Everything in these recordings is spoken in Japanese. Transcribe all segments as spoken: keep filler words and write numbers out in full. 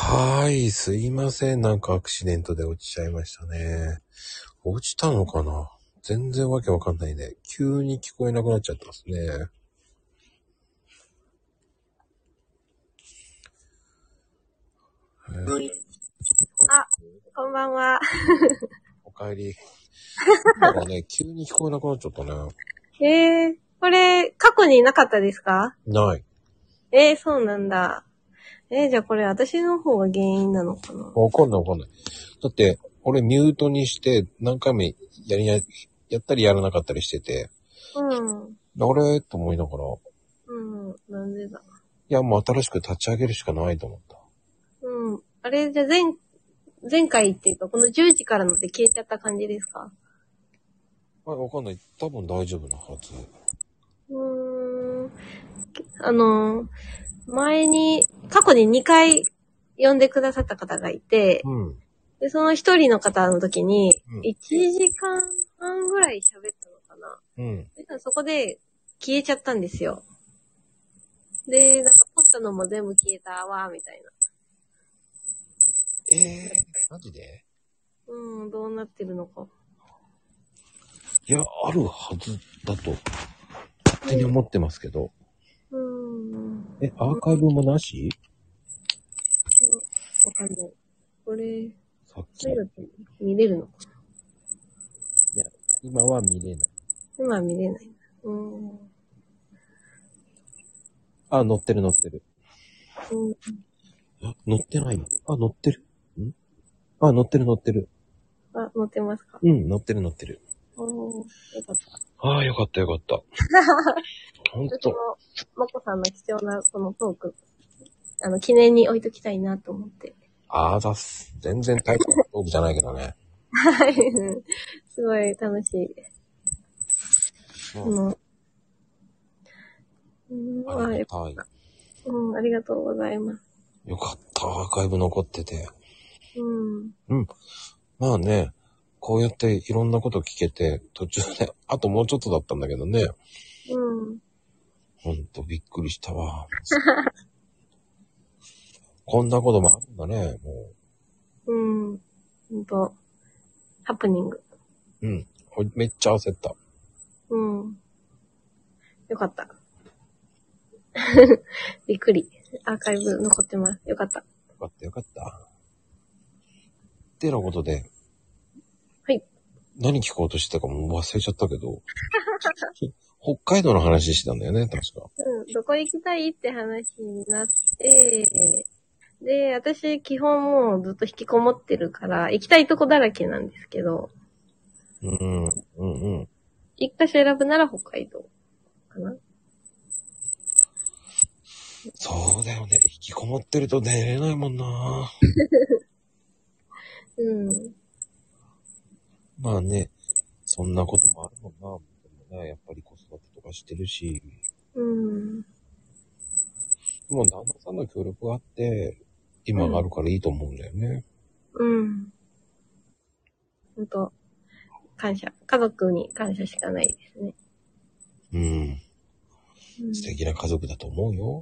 はーい、すいません。なんかアクシデントで落ちちゃいましたね。落ちたのかな？全然わけわかんないね。急に聞こえなくなっちゃったんですね。 あ、こんばんは。 おかえり。なんかね、急に聞こえなくなっちゃったね。 えー、これ、過去になかったですか？ ない。 えー、そうなんだ。えー、じゃあこれ私の方が原因なのかな？ わかんないわかんない。だって、俺ミュートにして何回もやりや、やったりやらなかったりしてて、 うん。 あれと思いながら、 うん、なんでだ。 いや、もう新しく立ち上げるしかないと思った。 うん。あれ、じゃあ前、前回っていうか、このじゅうじからので消えちゃった感じですか？ あ、わかんない。多分大丈夫なはず。 うーん。あの、前に、過去ににかい呼んでくださった方がいて、 うん。 で、その一人の方の時に、 うんいちじかんはんぐらい喋ったのかな。 うん。 そこで消えちゃったんですよ。で、なんか撮ったのも全部消えたわ、みたいな。 えー、マジで？ うん、どうなってるのか。 いや、あるはずだと、勝手に思ってますけど。 うん。 え、アーカイブもなし？ わかんない。これ、 さっき。 そういうのって見れるのかな？ いや、今は見れない。 今は見れない。うん。うん。 あ、乗ってる乗ってる。あ、乗ってない。あ、乗ってる。んあ、乗ってる乗ってる。 あ、載ってますか？ うん、乗ってる乗ってる。 おー、よかった。 ああ、よかったよかった。ほんと。 私も、まこさんの貴重なこのトーク、あの、記念に置いときたいなと思って。 ああ、ざっす。全然タイプのトークじゃないけどね。 はい。すごい楽しい。 うん。 うん。うん、 ありがたい。 うん、ありがとうございます。 よかった、アーカイブ残ってて。 うん。 うん。まあね、こうやっていろんなこと聞けて、途中で、あともうちょっとだったんだけどね。 うん。 ほんとびっくりしたわ。こんなこともあるんだね、もうん。ほんと、ハプニング。 う。うん。これめっちゃ焦った。 うん。よかった。びっくり。アーカイブ残ってます。よかった。 よかったよかった。ってなことで。 はい。 何聞こうとしてたかもう忘れちゃったけど。北海道の話してたんだよね、確か。 うん。どこ行きたいって話になって、で、私基本もうずっと引きこもってるから、行きたいとこだらけなんですけど、 うん、うん、うん。 一箇所選ぶなら北海道かな。 そうだよね。引きこもってると寝れないもんな。 うん。 まあね、そんなこともあるもんな。でもね、やっぱり子育てとかしてるし。 うん。 でも旦那さんの協力があって、今があるからいいと思うんだよね。 うん。ほんと、感謝。家族に感謝しかないですね。 うん。 うん、 素敵な家族だと思うよ。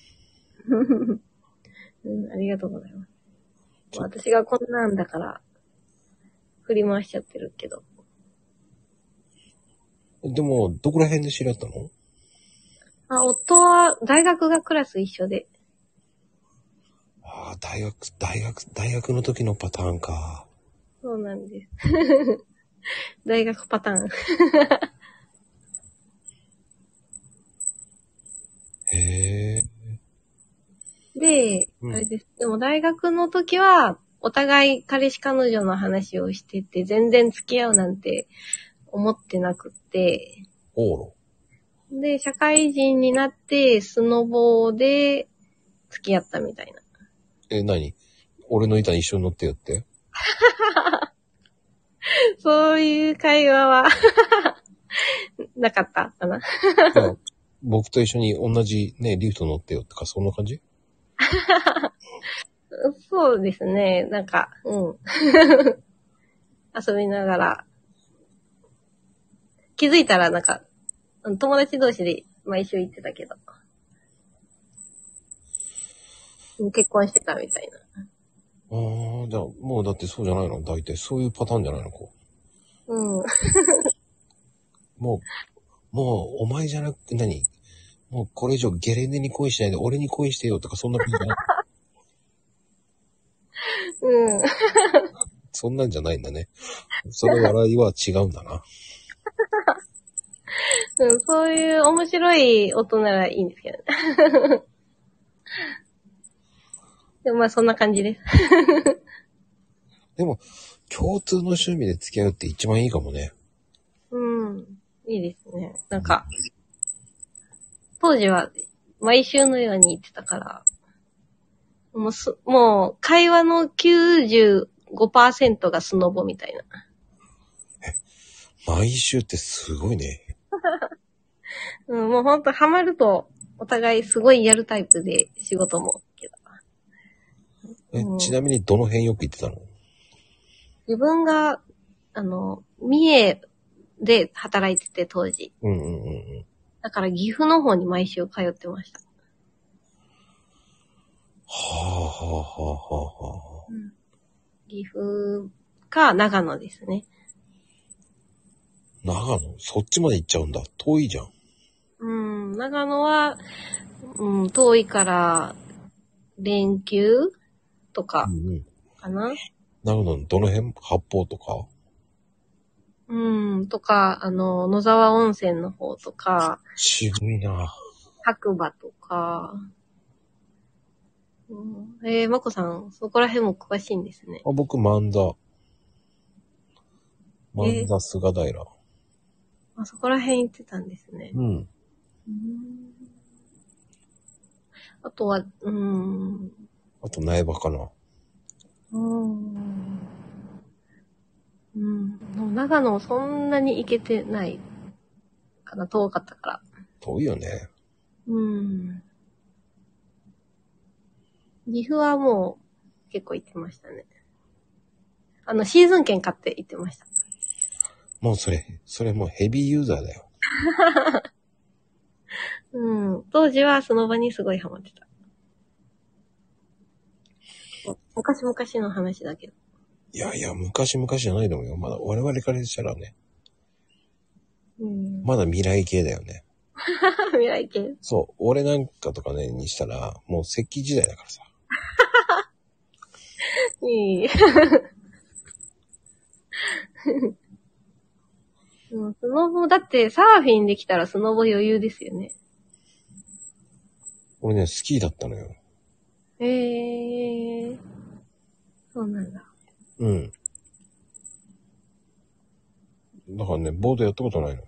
うん、ありがとうございます。私がこんなんだから、振り回しちゃってるけど。 でも、どこら辺で知り合ったの？ あ、夫は大学がクラス一緒で。 ああ、大学、大学、大学の時のパターンか。 そうなんです。大学パターン。 へえ。 で、 うん、 あれです。でも大学の時は、お互い彼氏彼女の話をしてて、全然付き合うなんて思ってなくって。 おろ。 で、社会人になって、スノボーで付き合ったみたいな。 え、何？俺の板に一緒に乗ってよって？ そういう会話はなかったかな。 いや、僕と一緒に同じね、リフト乗ってよってか、そんな感じ？ そうですね。なんか、うん。遊びながら。気づいたらなんか、友達同士で毎週行ってたけど。 結婚してたみたいな。 ああ、じゃあ、もうだってそうじゃないの？大体そういうパターンじゃないの？こうん。 う。もう、もう、お前じゃなくて何？もうこれ以上ゲレンデに恋しないで俺に恋してよとかそんな感じじゃない？ うん。 そんなんじゃないんだね。その笑いは違うんだな。 うん、そういう面白い音ならいいんですけどね。でもまあそんな感じです。 でも、共通の趣味で付き合うって一番いいかもね。 うん。いいですね。なんか、当時は毎週のように言ってたから、もうす、もう会話の きゅうじゅうごパーセント がスノボみたいな。 毎週ってすごいね。 うん、もうほんとハマるとお互いすごいやるタイプで仕事も。 え、 うん、 ちなみにどの辺よく行ってたの？ 自分が、あの、三重で働いてて当時。 うんうんうんうん。 だから岐阜の方に毎週通ってました。 はあはあはあはあはあ。 うん、岐阜か長野ですね。 長野？そっちまで行っちゃうんだ。遠いじゃん。 うん、長野は、うん、遠いから連休とかうんうん。 かな。 長野のどの辺？八方とか？ うん、とか、あの、野沢温泉の方とか、 渋いな。 白馬とか、うん、えー、まこさん、そこら辺も詳しいんですね。 あ、僕、万座。万えー、 座菅平。 あそこら辺行ってたんですね。 うん。 うん、あとは、うん。 あと、苗場かな。 うん。うん。でも長野そんなに行けてないかな、遠かったから。 遠いよね。 うん。岐阜はもう結構行ってましたね。あの、シーズン券買って行ってました。 もうそれ、それもうヘビーユーザーだよ。 うん。当時はその場にすごいハマってた。昔々の話だけど。 いやいや、昔々じゃないと思うよ。まだ我々からしたらね。 うん。 まだ未来系だよね。 未来系。 そう。俺なんかとかね、にしたら、もう石器時代だからさ。 いい。うん、スノボ、だってサーフィンできたらスノボ余裕ですよね。 俺ね、スキーだったのよ。 へー。そうなんだ。 うん。だからね、ボードやったことないの。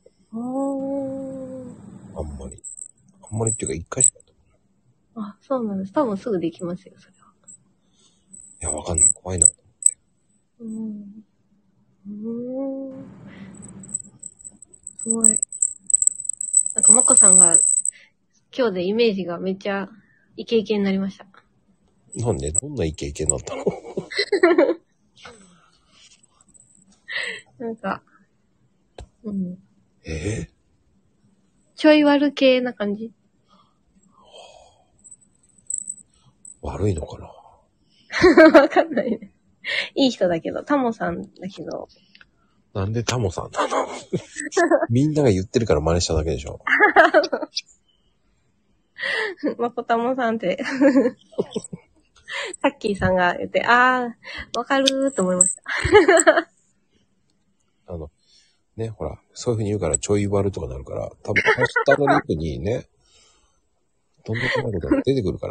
おー。 あんまり。あんまりっていうか一回しかやったことない。 あ、そうなんです。多分すぐできますよ、それは。 いや、わかんない。怖いな。 うん。うーん。すごい。なんか、まこさんが、今日でイメージがめっちゃイケイケになりました。 なんでどんなイケイケになったの？ なんか、うん。 えちょい悪系な感じ。 悪いのかな？ わかんないね。いい人だけど、タモさんだけど。 なんでタモさんなの？みんなが言ってるから真似しただけでしょ。 まこたもさんって、さっきーさんが言って、あー、わかるーと思いました。 あの、ね、ほら、そういう風に言うからちょい悪とかなるから、多分、下のリップにね、とんでもないことが出てくるから。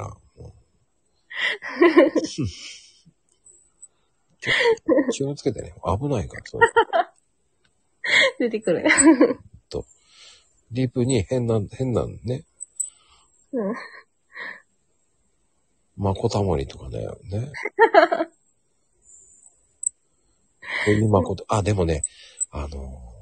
気をつけてね。危ないから、そう。 出てくる。 と、リップに変な、変なね、 うん。 まこたまりとかね、ね。こういうまこと、あ、でもね、あのー、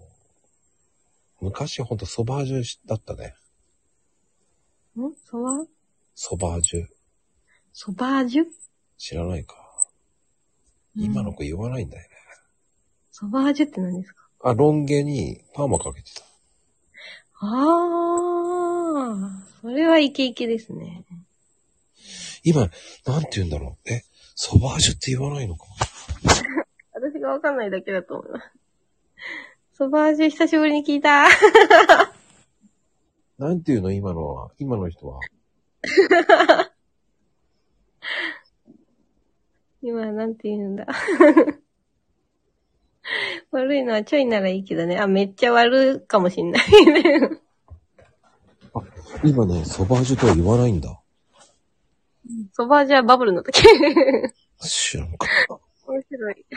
昔ほんとソバージュだったね。 んそばソバージュ。 ソバージュ知らないか。今の子言わないんだよね。 ソバージュって何ですか？ あ、ロン毛にパーマかけてた。 あー、それはイケイケですね。 今、なんて言うんだろう。え、ソバージュって言わないのか。 私がわかんないだけだと思います。ソバージュ久しぶりに聞いた。 なんて言うの今のは。今の人は。 今なんて言うんだ。悪いのはちょいならいいけどね。あ、めっちゃ悪かもしんないね。 あ、今ね、ソバージュとは言わないんだ。 ソバージュはバブルの時。 知らんかった。 面白い。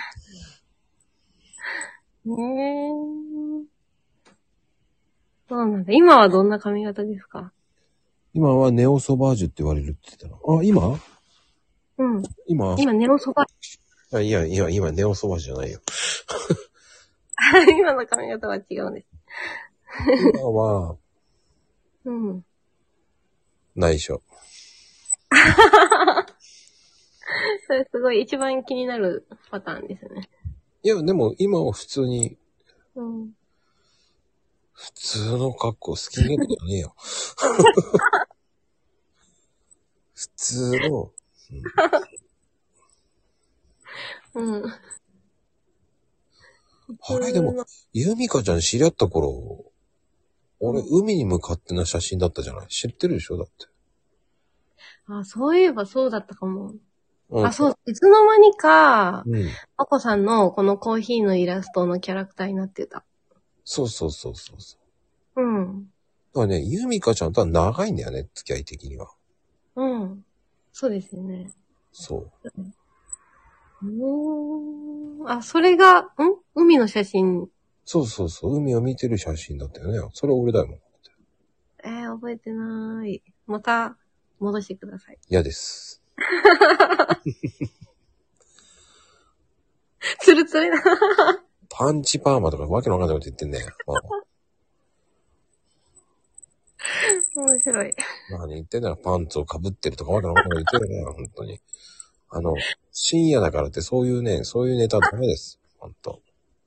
ねえ。そうなんだ。今はどんな髪型ですか？ 今はネオソバージュって言われるって言ってたの。あ、今うん。 今今ネオソバージあいや、いや、今ネオソバージュじゃないよ。 ュ。今の髪型は違うんです。 今は、 うん。 内緒。 それすごい一番気になるパターンですね。 いや、でも今は普通に、 うん。 普通の格好、スキンヘッドじゃねえよ。普通の、 うん。うん。 あれでも、ゆみかちゃん知り合った頃、俺、海に向かっての写真だったじゃない？知ってるでしょだって。 あ、そういえばそうだったかも。 うん、 あ、そう、いつの間にか、 うん。 まこさんのこのコーヒーのイラストのキャラクターになってた。 そうそうそうそうそう。 うん。 だからね、ゆみかちゃんとは長いんだよね、付き合い的には。 うん。そうですよね。 そう。 うーん。あ、それが、ん海の写真。 そうそうそう。海を見てる写真だったよね。それ俺だもん。 えー、覚えてなーい。また、戻してください。 嫌です。 ツルツルだ。 パンチパーマとかわけのわかんないこと言ってんね。 面白い。 何言ってんだろ、パンツを被ってるとかわけのわかんないこと言ってるね。本当に。あの、深夜だからってそういうね、そういうネタダメです。本当。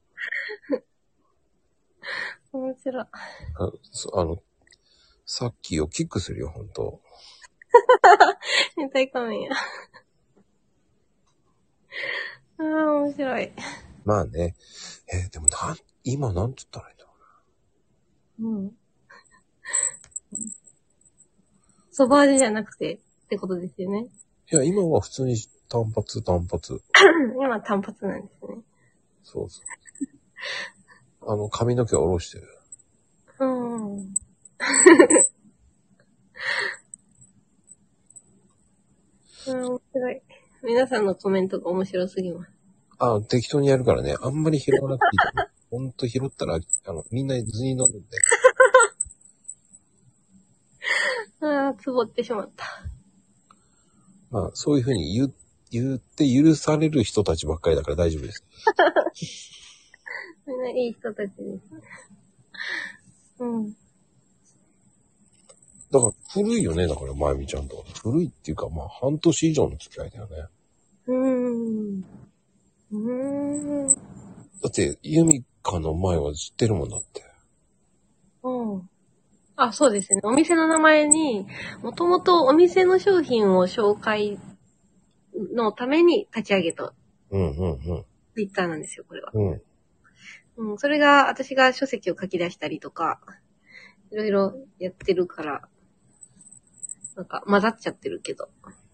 面白い。 あ, あの、さっきをキックするよ、本当。 変態仮面や。ああ、面白い。 まあね。えーでもなん、今なんて言ったらいいんだろうん。ソバージュじゃなくてってことですよね。 う。いや、今は普通に単発、単発。 今単発なんですね。 そうそう。あの、髪の毛を下ろしてる。 うん。うん、面白い。皆さんのコメントが面白すぎます。 あ、適当にやるからね。あんまり拾わなくていいと思う。ほんと拾ったら、あの、みんな図に乗るんで。 ああ、つぼってしまった。 まあ、そういうふうに言、言って許される人たちばっかりだから大丈夫です。 みんないい人たちです。うん。 だから古いよね、だから、まゆみちゃんと。古いっていうか、まあ、半年以上の付き合いだよね。 うーん。うーん。 だって、ゆみかの前は知ってるもんだって。 うん。あ、そうですね。お店の名前に、もともとお店の商品を紹介のために立ち上げたうんうんうん。 ツイッターなんですよ、これは。 うん。 うん、それが、私が書籍を書き出したりとか、いろいろやってるから、なんか混ざっちゃってるけど。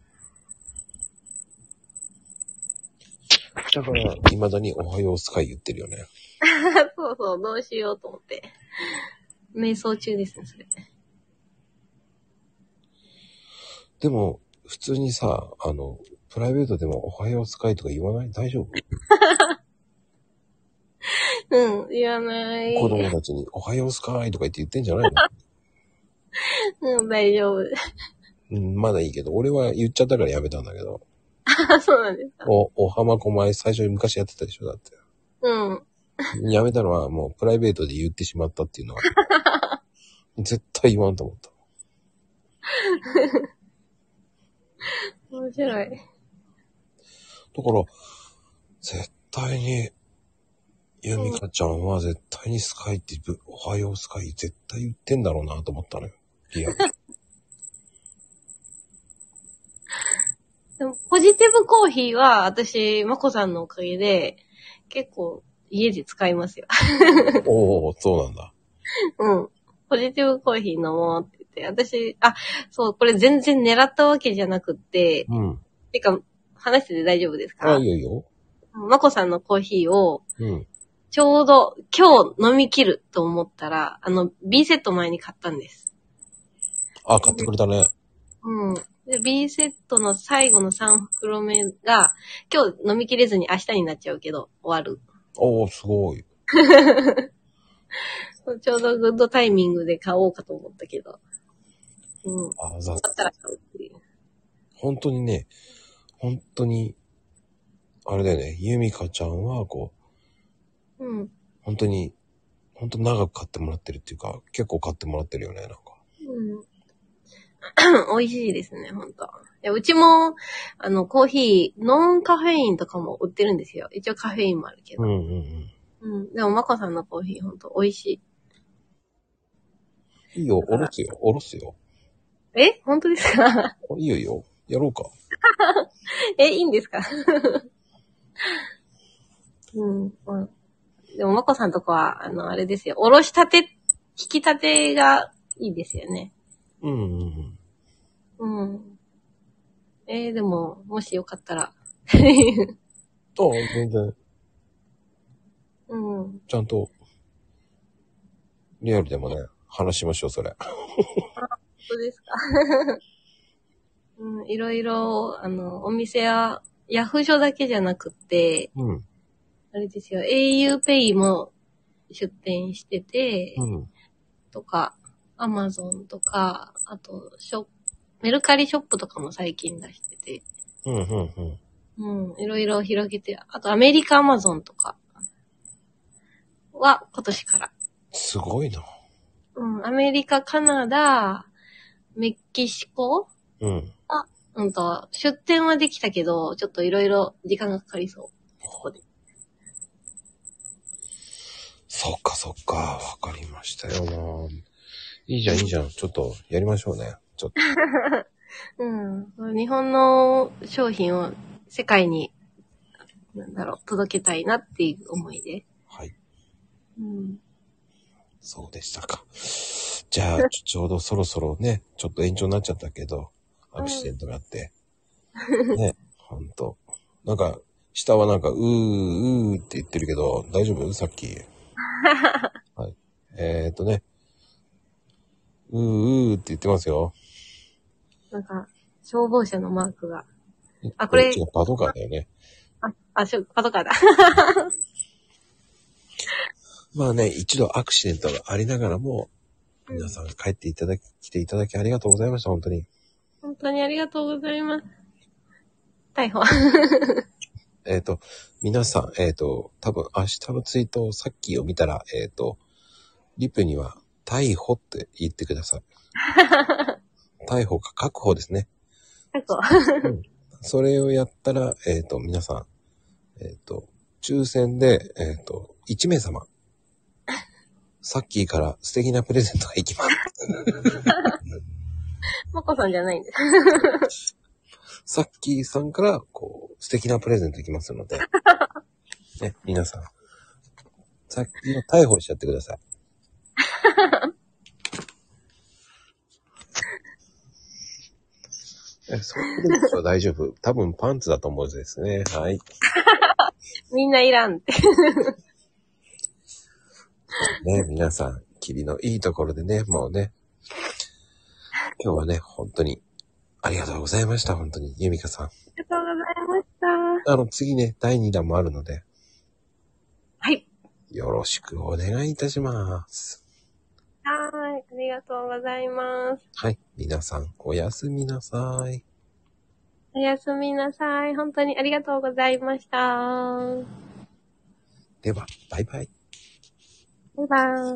だから、未だにおはようスカイ言ってるよね。 そうそう、どうしようと思って。瞑想中ですね、それ。 でも、普通にさ、あの、プライベートでもおはようスカイとか言わない？大丈夫？ うん、言わない。 子供たちにおはようスカイとか言って言ってんじゃないの？ うん、大丈夫。 うん、まだいいけど、俺は言っちゃったからやめたんだけど。 あ、そうなんですか。 お、おはまこ前最初に昔やってたでしょだって。 うん。 やめたのはもうプライベートで言ってしまったっていうのは。絶対言わんと思った。 面白い。 だから、絶対に、ゆみかちゃんは絶対にスカイって、おはようスカイ絶対言ってんだろうなと思ったのよ。リアル。 でもポジティブコーヒーは、私、まこさんのおかげで、結構、家で使いますよ。 おー、そうなんだ。 うん。ポジティブコーヒー飲もうって言って、私、あ、そう、これ全然狙ったわけじゃなくって、 うん。 てか、話してて大丈夫ですか？ あ、いいよいいよ。 まこさんのコーヒーを、 うん。 ちょうど今日飲み切ると思ったら、あの、B セット前に買ったんです。 あ、買ってくれたね。 うん。で、B セットの最後のさん袋目が、今日飲み切れずに明日になっちゃうけど、終わる。 おー、すごい。 ちょうどグッドタイミングで買おうかと思ったけど。うん。 あ、ざだったら買うっていう。 本当にね、本当に、あれだよね、ゆみかちゃんは、こうん。 う、本当に、本当長く買ってもらってるっていうか、結構買ってもらってるよね、なんか。 うん。美味しいですね、ほんと。いや、うちも、あの、コーヒー、ノンカフェインとかも売ってるんですよ。一応カフェインもあるけど。 うんうんうん。 うん。でも、まこさんのコーヒーほんと美味しい。 いいよ、おろすよ、おろすよ。 え本当ですか？ いいよいいよ、やろうか。 え、いいんですか？うん。まあ、でも、まこさんとこは、あの、あれですよ。おろしたて、引きたてがいいですよね。 うんうんうん。 うん。えー、でも、もしよかったら。 あ、全然、 うん。 ちゃんと、リアルでもね、話しましょう、それ。 そうですか。うん、いろいろ、あの、お店は、ヤフーショだけじゃなくて、 うん。 あれですよ、auPay も出店してて、 うん。 とか、Amazon とか、あと、ショップ、メルカリショップとかも最近出してて、 うんうんうん。 うん、いろいろ広げて、あとアメリカ Amazon とかは今年から。 すごいな。 うん、アメリカ、カナダ、メキシコうん。 あ、うんと、出店はできたけど、ちょっといろいろ時間がかかりそう。そこで。 そっかそっか、わかりましたよな。いいじゃんいいじゃん。ちょっとやりましょうね。ちょっと。 うん。日本の商品を世界に、なんだろう、届けたいなっていう思いで。 はい。 うん。 そうでしたか。じゃあ、ちょちょうどそろそろね、ちょっと延長になっちゃったけど、アクシデントがあって。ね、ほんと。なんか、下はなんか、うー、うーって言ってるけど、大丈夫？さっき。はい。えーとね、うー、うーって言ってますよ。 なんか、消防車のマークが。あ、これ。 違う、パトカーだよね。 あ、あ、しょ、パトカーだ。 まあね、一度アクシデントがありながらも、皆さん帰っていただき、来ていただきありがとうございました、本当に。 本当にありがとうございます。逮捕。 えっと、皆さん、えっと、多分明日のツイートをさっきを見たら、えっと、リプには、逮捕って言ってください。逮捕か確保ですね。 逮捕。 うん、それをやったら、えっと、皆さん、えっと、抽選で、えっと、いち名様、さっきから素敵なプレゼントがいきます。 マコさんじゃないんです。 さっきさんから、こう、素敵なプレゼントいきますので、ね、皆さん、さっきの逮捕しちゃってください。え、それでは大丈夫。多分パンツだと思うんですね。はい。 みんないらんって。 ね、皆さん、霧のいいところでね、もうね、今日はね、本当に、ありがとうございました。本当に、ゆみかさん。 ありがとうございました。 あの、次ね、だいにだんもあるので、 はい。 よろしくお願いいたします。 はーい。ありがとうございます。 はい。皆さん、おやすみなさい。 おやすみなさい。本当にありがとうございました。 では、バイバイ。 バイバーイ。